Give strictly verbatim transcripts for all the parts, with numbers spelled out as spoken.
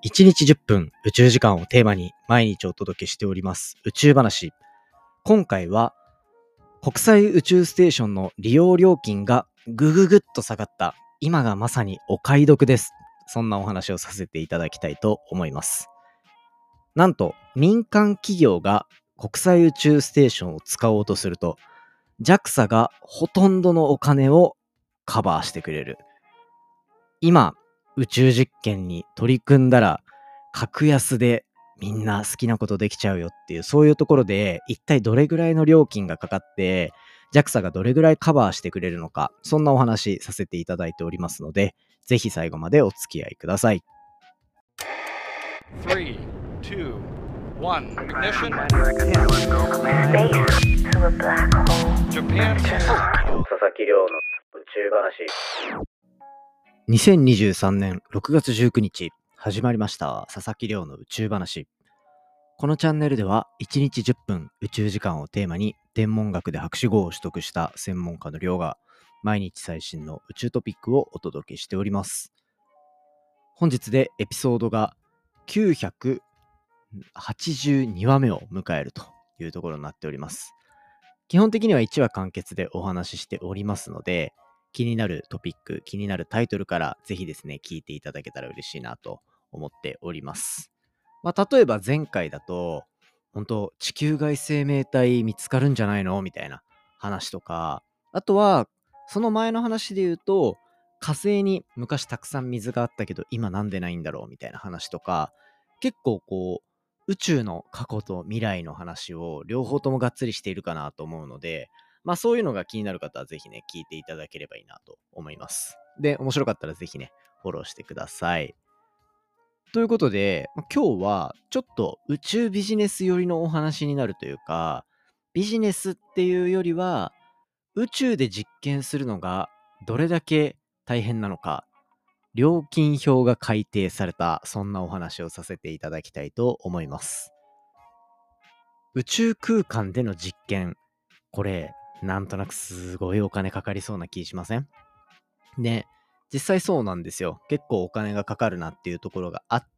いちにちじゅっぷん宇宙時間をテーマに毎日お届けしております宇宙話。今回は国際宇宙ステーションの利用料金がぐぐぐっと下がった今がまさにお買い得です。そんなお話をさせていただきたいと思います。なんと民間企業が国際宇宙ステーションを使おうとすると ジャクサ がほとんどのお金をカバーしてくれる。今宇宙実験に取り組んだら格安でみんな好きなことできちゃうよっていう、そういうところで一体どれぐらいの料金がかかって ジャクサ がどれぐらいカバーしてくれるのか、そんなお話させていただいておりますので、ぜひ最後までお付き合いください。 さん、に、いち、ignition. Japan. 佐々木亮の宇宙話。にせんにじゅうさんねんろくがつじゅうくにち始まりました佐々木亮の宇宙話。このチャンネルではいちにちじゅっぷん宇宙時間をテーマに天文学で博士号を取得した専門家の亮が毎日最新の宇宙トピックをお届けしております。本日でエピソードがきゅうひゃくはちじゅうにわめを迎えるというところになっております。基本的にはいちわ完結でお話ししておりますので、気になるトピック、気になるタイトルからぜひですね、聞いていただけたら嬉しいなと思っております。まあ、例えば前回だと、本当地球外生命体見つかるんじゃないのみたいな話とか、あとは、その前の話で言うと、火星に昔たくさん水があったけど、今なんでないんだろうみたいな話とか、結構こう、宇宙の過去と未来の話を両方ともがっつりしているかなと思うので、まあそういうのが気になる方はぜひね、聞いていただければいいなと思います。で、面白かったらぜひね、フォローしてください。ということで、今日はちょっと宇宙ビジネス寄りのお話になるというか、ビジネスっていうよりは、宇宙で実験するのがどれだけ大変なのか、料金表が改定された、そんなお話をさせていただきたいと思います。宇宙空間での実験、これ、なんとなくすごいお金かかりそうな気しません？ね、実際そうなんですよ。結構お金がかかるなっていうところがあって、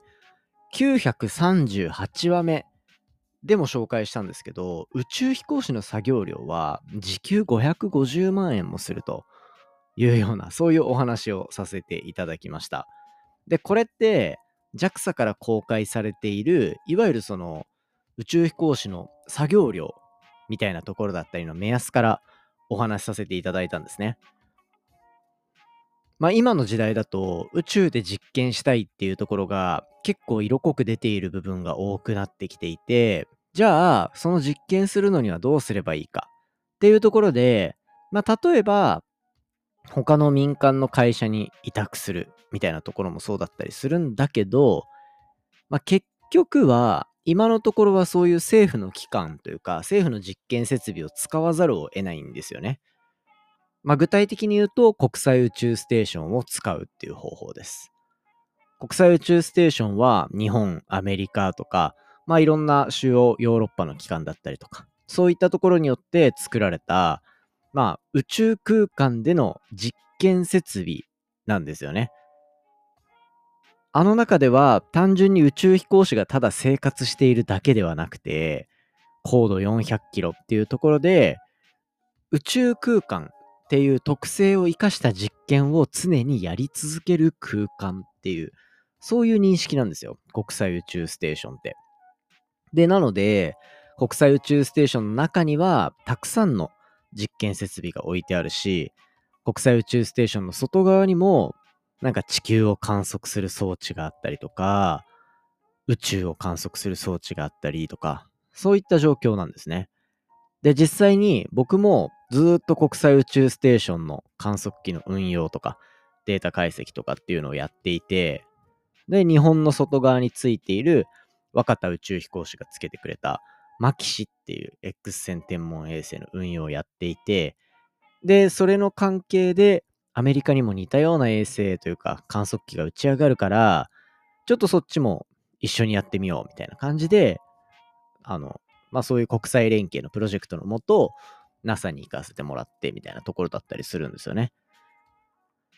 きゅうひゃくさんじゅうはちわめでも紹介したんですけど、宇宙飛行士の作業料は時給ごひゃくごじゅうまんえんもするというような、そういうお話をさせていただきました。で、これって ジャクサ から公開されている、いわゆるその宇宙飛行士の作業量みたいなところだったりの目安からお話しさせていただいたんですね。まあ今の時代だと宇宙で実験したいっていうところが結構色濃く出ている部分が多くなってきていて、じゃあその実験するのにはどうすればいいかっていうところで、まあ例えば他の民間の会社に委託するみたいなところもそうだったりするんだけど、まあ結局は今のところはそういう政府の機関というか政府の実験設備を使わざるを得ないんですよね。まあ、具体的に言うと国際宇宙ステーションを使うっていう方法です。国際宇宙ステーションは日本、アメリカとか、まあいろんな主要ヨーロッパの機関だったりとか、そういったところによって作られた、まあ宇宙空間での実験設備なんですよね。あの中では単純に宇宙飛行士がただ生活しているだけではなくて、高度よんひゃくキロっていうところで宇宙空間っていう特性を生かした実験を常にやり続ける空間っていう、そういう認識なんですよ。国際宇宙ステーションって。で、なので、国際宇宙ステーションの中にはたくさんの実験設備が置いてあるし、国際宇宙ステーションの外側にもなんか地球を観測する装置があったりとか、宇宙を観測する装置があったりとか、そういった状況なんですね。で、実際に僕もずーっと国際宇宙ステーションの観測機の運用とかデータ解析とかっていうのをやっていて、で、日本の外側についている若田宇宙飛行士がつけてくれたマキシっていう X 線天文衛星の運用をやっていて、で、それの関係でアメリカにも似たような衛星というか観測機が打ち上がるから、ちょっとそっちも一緒にやってみようみたいな感じで、あの、まあそういう国際連携のプロジェクトのもと、ナサ に行かせてもらってみたいなところだったりするんですよね。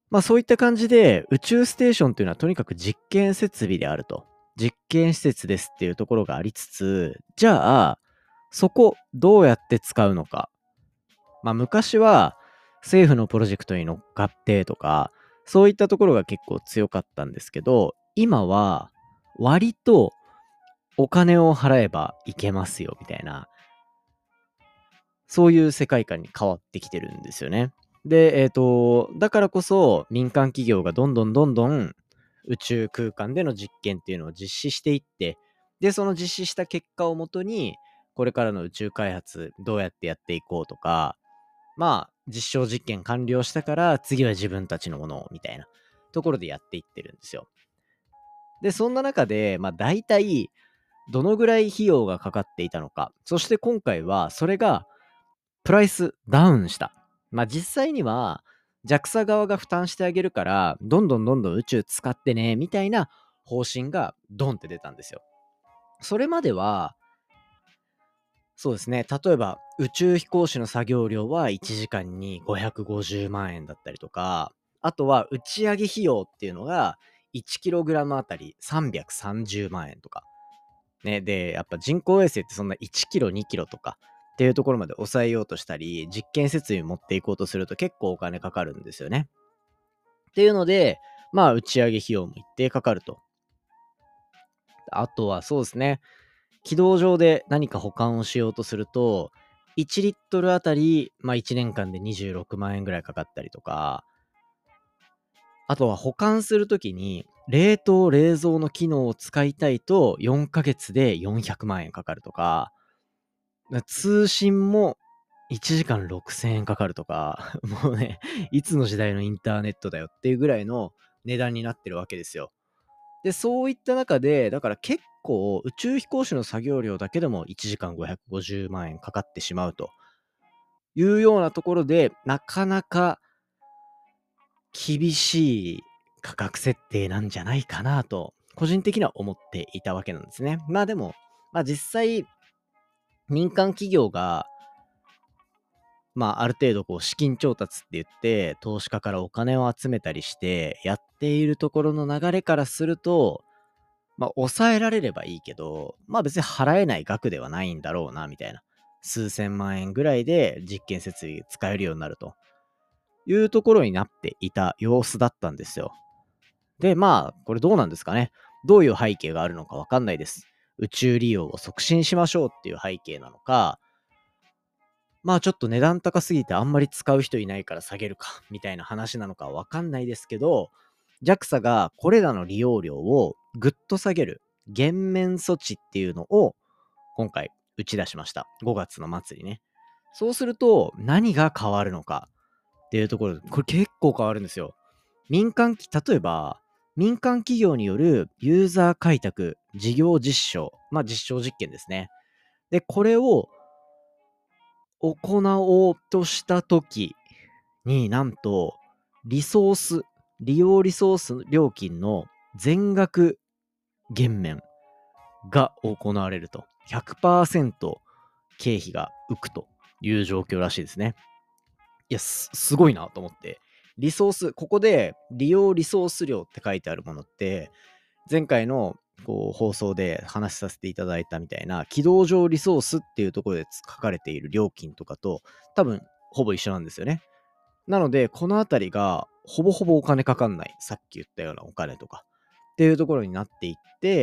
まあそういった感じで宇宙ステーションというのはとにかく実験設備であると。実験施設ですっていうところがありつつ、じゃあ、そこどうやって使うのか。まあ昔は政府のプロジェクトに乗っかってとか、そういったところが結構強かったんですけど、今は割とお金を払えばいけますよみたいな、そういう世界観に変わってきてるんですよね。で、えっと、だからこそ民間企業がどんどんどんどん宇宙空間での実験っていうのを実施していって、で、その実施した結果をもとに、これからの宇宙開発どうやってやっていこうとか、まあ、実証実験完了したから次は自分たちのものをみたいなところでやっていってるんですよ。で、そんな中で、まあ大体どのぐらい費用がかかっていたのか、そして今回はそれがプライスダウンした。まあ実際には ジャクサ 側が負担してあげるから、どんどんどんどん宇宙使ってね、みたいな方針がドンって出たんですよ。それまでは、そうですね、例えば宇宙飛行士の作業量はいちじかんにごひゃくごじゅうまん円だったりとか、あとは打ち上げ費用っていうのが いちキログラム あたりさんびゃくさんじゅうまん円とか。ね、で、やっぱ人工衛星ってそんないちキロ、にキロとかっていうところまで抑えようとしたり、実験設備持っていこうとすると結構お金かかるんですよね。っていうので、まあ打ち上げ費用も一定かかると。あとはそうですね、軌道上で何か保管をしようとすると、いちリットルあたり、まあいちねんかんでにじゅうろくまん円ぐらいかかったりとか、あとは保管するときに、冷凍冷蔵の機能を使いたいとよんかげつでよんひゃくまん円かかるとか、通信もいちじかんろくせんえんかかるとか、もうね、いつの時代のインターネットだよっていうぐらいの値段になってるわけですよ。で、そういった中で、だから結構宇宙飛行士の作業量だけでもいちじかんごひゃくごじゅうまん円かかってしまうというようなところで、なかなか厳しい価格設定なんじゃないかなと、個人的には思っていたわけなんですね。まあでも、まあ実際、民間企業がまあ、ある程度こう資金調達って言って投資家からお金を集めたりしてやっているところの流れからすると、まあ抑えられればいいけど、まあ別に払えない額ではないんだろうなみたいな、数千万円ぐらいで実験設備使えるようになるというところになっていた様子だったんですよ。で、まあこれどうなんですかね。どういう背景があるのかわかんないです。宇宙利用を促進しましょうっていう背景なのか、まあちょっと値段高すぎてあんまり使う人いないから下げるか、みたいな話なのかわかんないですけど、ジャクサ がこれらの利用料をぐっと下げる減免措置っていうのを今回打ち出しました。ごがつの末にね。そうすると何が変わるのかっていうところで、これ結構変わるんですよ。民間き、例えば民間企業によるユーザー開拓、事業実証、まあ実証実験ですね。で、これを行おうとしたときになんと、リソース、利用リソース料金の全額減免が行われると。ひゃくパーセント経費が浮くという状況らしいですね。いや、す、すごいなと思って。リソース、ここで利用リソース料って書いてあるものって、前回のこう放送で話しさせていただいたみたいな、軌道上リソースっていうところで書かれている料金とかと多分ほぼ一緒なんですよね。なので、このあたりがほぼほぼお金かかんない。さっき言ったようなお金とか。っていうところになっていって、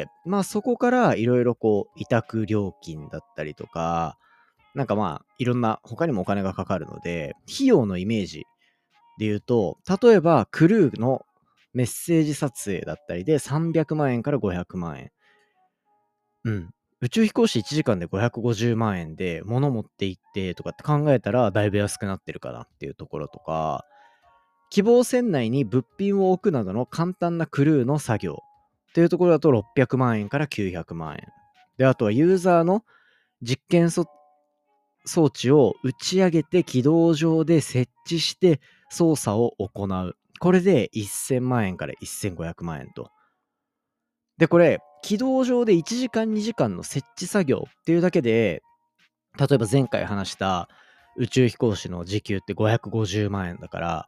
まあそこからいろいろこう委託料金だったりとか、なんかまあいろんな他にもお金がかかるので、費用のイメージで言うと、例えばクルーのメッセージ撮影だったりでさんびゃくまん円からごひゃくまん円。うん。宇宙飛行士いちじかんでごひゃくごじゅうまん円で物持って行ってとかって考えたらだいぶ安くなってるかなっていうところとか、希望船内に物品を置くなどの簡単なクルーの作業っていうところだとろっぴゃくまん円からきゅうひゃくまん円。で、あとはユーザーの実験装置を打ち上げて軌道上で設置して操作を行う。これでせんまん円からせんごひゃくまん円と。で、これ、軌道上でいちじかんにじかんの設置作業っていうだけで、例えば前回話した宇宙飛行士の時給ってごひゃくごじゅうまん円だから、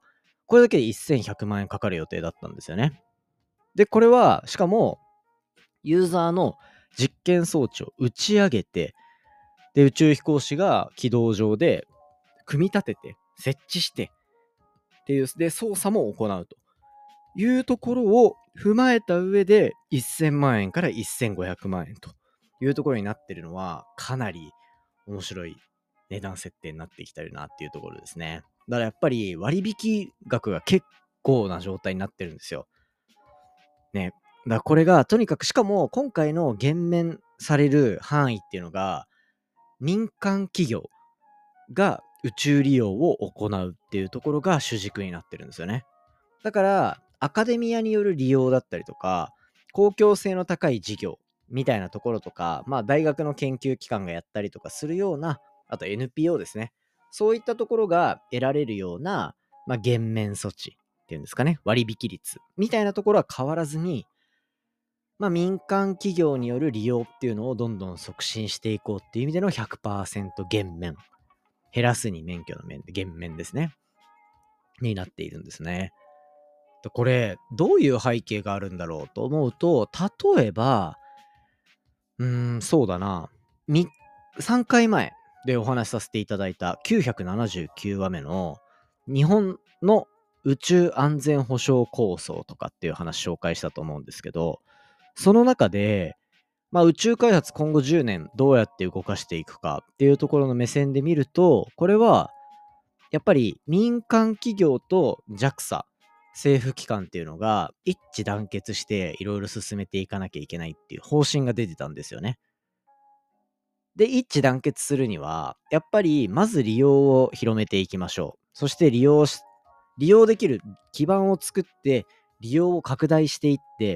これだけでせんひゃくまんえんかかる予定だったんですよね。で、これは、しかも、ユーザーの実験装置を打ち上げて、で、宇宙飛行士が軌道上で組み立てて、設置して、っていう、で、操作も行うというところを踏まえた上で、せんまんえんからせんごひゃくまんえんというところになってるのは、かなり面白い値段設定になってきてるなっていうところですね。だからやっぱり割引額が結構な状態になってるんですよ。ね。だからこれがとにかく、しかも今回の減免される範囲っていうのが、民間企業が宇宙利用を行うっていうところが主軸になってるんですよね。だからアカデミアによる利用だったりとか、公共性の高い事業みたいなところとか、まあ大学の研究機関がやったりとかするような、あと エヌピーオー ですね。そういったところが得られるような、まあ、減免措置っていうんですかね、割引率みたいなところは変わらずに、まあ、民間企業による利用っていうのをどんどん促進していこうっていう意味での ひゃくパーセント 減免。減らすに免許の免で減免ですね。になっているんですね。これ、どういう背景があるんだろうと思うと、例えば、うーん、そうだな。さんかいまえでお話しさせていただいたきゅうひゃくななじゅうきゅうわめの日本の宇宙安全保障構想とかっていう話紹介したと思うんですけど、その中で、まあ、宇宙開発今後じゅうねんどうやって動かしていくかっていうところの目線で見ると、これはやっぱり民間企業と ジャクサ 政府機関っていうのが一致団結していろいろ進めていかなきゃいけないっていう方針が出てたんですよね。で、一致団結するには、やっぱりまず利用を広めていきましょう。そして利用し、利用できる基盤を作って、利用を拡大していって、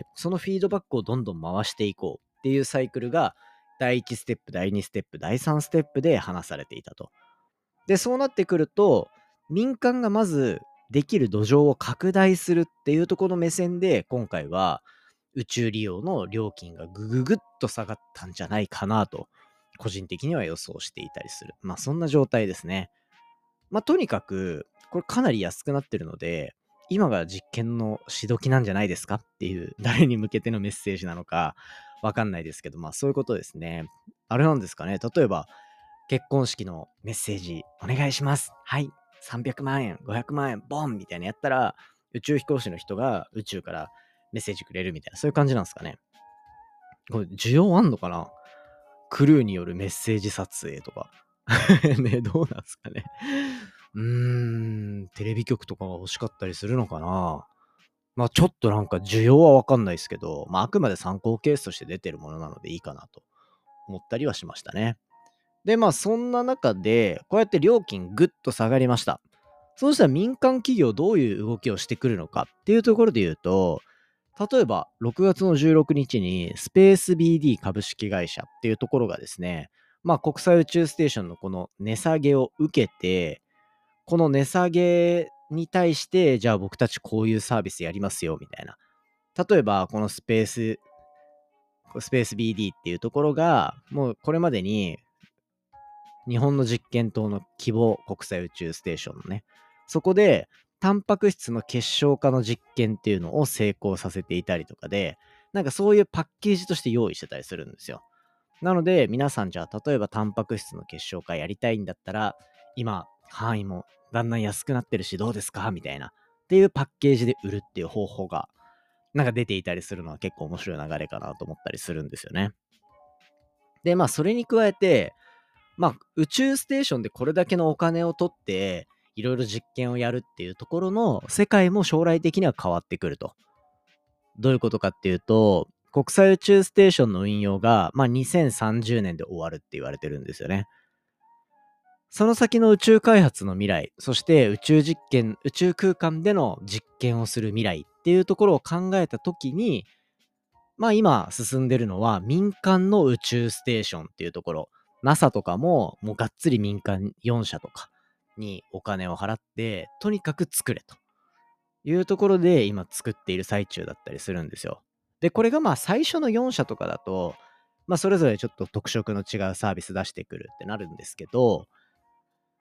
そのフィードバックをどんどん回していこうっていうサイクルが、だいいちステップ、だいにステップ、だいさんステップで話されていたと。で、そうなってくると、民間がまずできる土壌を拡大するっていうところの目線で、今回は宇宙利用の料金がぐぐぐっと下がったんじゃないかなと、個人的には予想していたりする。まあそんな状態ですね。まあとにかく、これかなり安くなってるので、今が実験のしどきなんじゃないですかっていう、誰に向けてのメッセージなのかわかんないですけど、まあそういうことですね。あれなんですかね。例えば、結婚式のメッセージお願いします。はい。さんびゃくまんえん、ごひゃくまんえん、ボンみたいなやったら、宇宙飛行士の人が宇宙からメッセージくれるみたいな、そういう感じなんですかね。これ、需要あんのかな？クルーによるメッセージ撮影とか。ね、どうなんですかね。うーん、テレビ局とかが欲しかったりするのかな。まあちょっとなんか需要はわかんないですけど、まああくまで参考ケースとして出てるものなのでいいかなと思ったりはしましたね。で、まあそんな中で、こうやって料金ぐっと下がりました。そうしたら民間企業どういう動きをしてくるのかっていうところで言うと、例えばろくがつのじゅうろくにちにスペース ビーディー 株式会社っていうところがですね、まあ国際宇宙ステーションのこの値下げを受けて、この値下げに対して、じゃあ僕たちこういうサービスやりますよみたいな。例えばこのスペース、スペース ビーディー っていうところが、もうこれまでに日本の実験棟の希望国際宇宙ステーションのね、そこでタンパク質の結晶化の実験っていうのを成功させていたりとかで、なんかそういうパッケージとして用意してたりするんですよ。なので皆さんじゃあ例えばタンパク質の結晶化やりたいんだったら、今範囲もだんだん安くなってるしどうですかみたいなっていうパッケージで売るっていう方法がなんか出ていたりするのは結構面白い流れかなと思ったりするんですよね。でまあそれに加えて、まあ、宇宙ステーションでこれだけのお金を取って、いろいろ実験をやるっていうところの世界も将来的には変わってくると。どういうことかっていうと、国際宇宙ステーションの運用が、まあ、にせんさんじゅうねんで終わるって言われてるんですよね。その先の宇宙開発の未来、そして宇宙実験、宇宙空間での実験をする未来っていうところを考えたときに、まあ今進んでるのは民間の宇宙ステーションっていうところ。ナサ とかももうがっつり民間よんしゃとかにお金を払って、とにかく作れというところで今作っている最中だったりするんですよ。で、これがまあ最初のよんしゃとかだと、まあそれぞれちょっと特色の違うサービス出してくるってなるんですけど、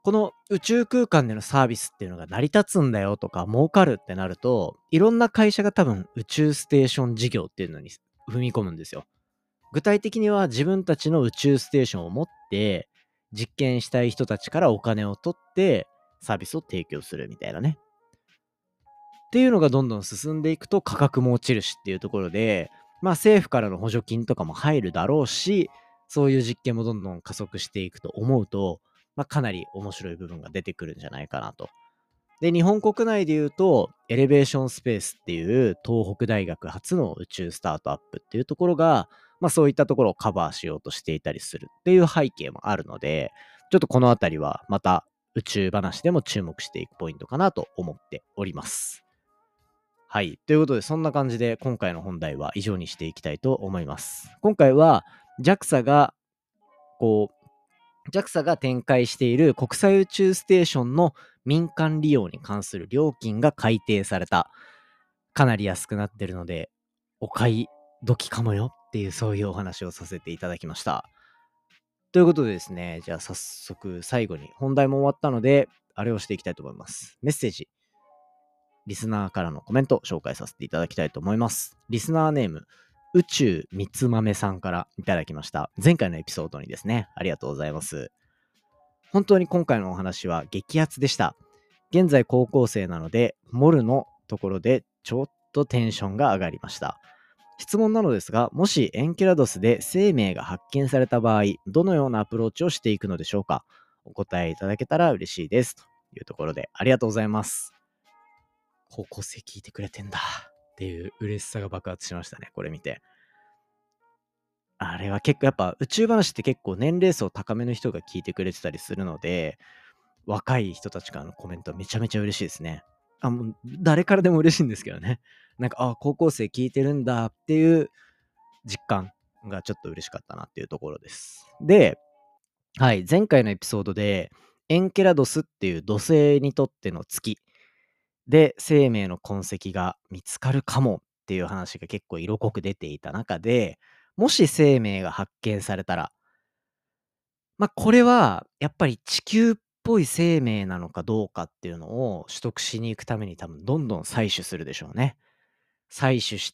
この宇宙空間でのサービスっていうのが成り立つんだよとか儲かるってなると、いろんな会社が多分宇宙ステーション事業っていうのに踏み込むんですよ。具体的には自分たちの宇宙ステーションを持って実験したい人たちからお金を取ってサービスを提供するみたいなね。っていうのがどんどん進んでいくと価格も落ちるしっていうところで、まあ政府からの補助金とかも入るだろうし、そういう実験もどんどん加速していくと思うと、まあかなり面白い部分が出てくるんじゃないかなと。で、日本国内で言うと、エレベーションスペースっていう東北大学初の宇宙スタートアップっていうところが、まあそういったところをカバーしようとしていたりするっていう背景もあるので、ちょっとこのあたりはまた宇宙話でも注目していくポイントかなと思っております。はい。ということで、そんな感じで今回の本題は以上にしていきたいと思います。今回は ジャクサ が、こう、ジャクサ が展開している国際宇宙ステーションの民間利用に関する料金が改定された。かなり安くなってるので、お買い時かもよっていうそういうお話をさせていただきました。ということでですね、じゃあ早速最後に本題も終わったので、あれをしていきたいと思います。メッセージ。リスナーからのコメント紹介させていただきたいと思います。リスナーネーム、宇宙みつまめさんからいただきました。前回のエピソードにですね、ありがとうございます。本当に今回のお話は激アツでした。現在高校生なので、モルのところでちょっとテンションが上がりました。質問なのですが、もしエンケラドスで生命が発見された場合、どのようなアプローチをしていくのでしょうか？お答えいただけたら嬉しいです。というところで、ありがとうございます。高校生聞いてくれてんだっていう嬉しさが爆発しましたね、これ見て。あれは結構やっぱ宇宙話って結構年齢層高めの人が聞いてくれてたりするので、若い人たちからのコメントはめちゃめちゃ嬉しいですね。あ、もう誰からでも嬉しいんですけどね。なんか、あ、高校生聞いてるんだっていう実感がちょっと嬉しかったなっていうところです。で、はい、前回のエピソードで、エンケラドスっていう土星にとっての月で生命の痕跡が見つかるかもっていう話が結構色濃く出ていた中で、もし生命が発見されたら、まあ、これはやっぱり地球っぽい生命なのかどうかっていうのを取得しに行くために多分どんどん採取するでしょうね。採取して、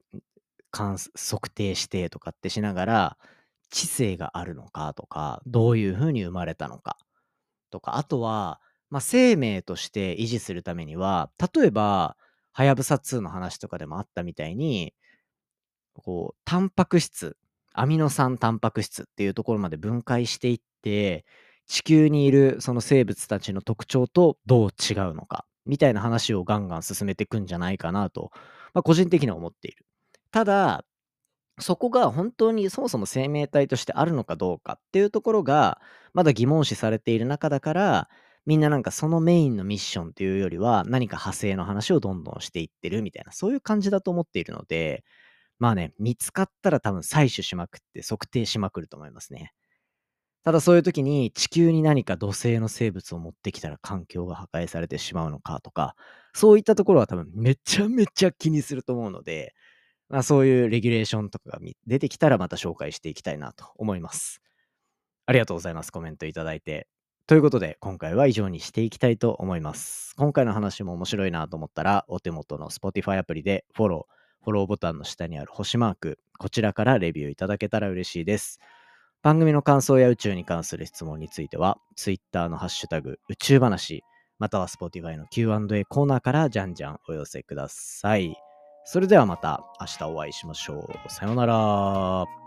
観測定してとかってしながら、知性があるのかとか、どういう風に生まれたのかとか、あとは、まあ、生命として維持するためには、例えば、はやぶさツーの話とかでもあったみたいに、こう、タンパク質、アミノ酸タンパク質っていうところまで分解していって、地球にいるその生物たちの特徴とどう違うのか、みたいな話をガンガン進めていくんじゃないかなと、まあ、個人的には思っている。ただ、そこが本当にそもそも生命体としてあるのかどうかっていうところが、まだ疑問視されている中だから、みんななんかそのメインのミッションっていうよりは、何か派生の話をどんどんしていってるみたいな、そういう感じだと思っているので、まあね、見つかったら多分採取しまくって測定しまくると思いますね。ただそういう時に地球に何か土星の生物を持ってきたら環境が破壊されてしまうのかとか、そういったところは多分めちゃめちゃ気にすると思うので、まあ、そういうレギュレーションとかがみ出てきたらまた紹介していきたいなと思います。ありがとうございます。コメントいただいて。ということで、今回は以上にしていきたいと思います。今回の話も面白いなと思ったら、お手元の Spotify アプリでフォロー、フォローボタンの下にある星マーク、こちらからレビューいただけたら嬉しいです。番組の感想や宇宙に関する質問については、Twitter のハッシュタグ、宇宙話、または Spotify の キューアンドエー コーナーからじゃんじゃんお寄せください。それではまた明日お会いしましょう。さようなら。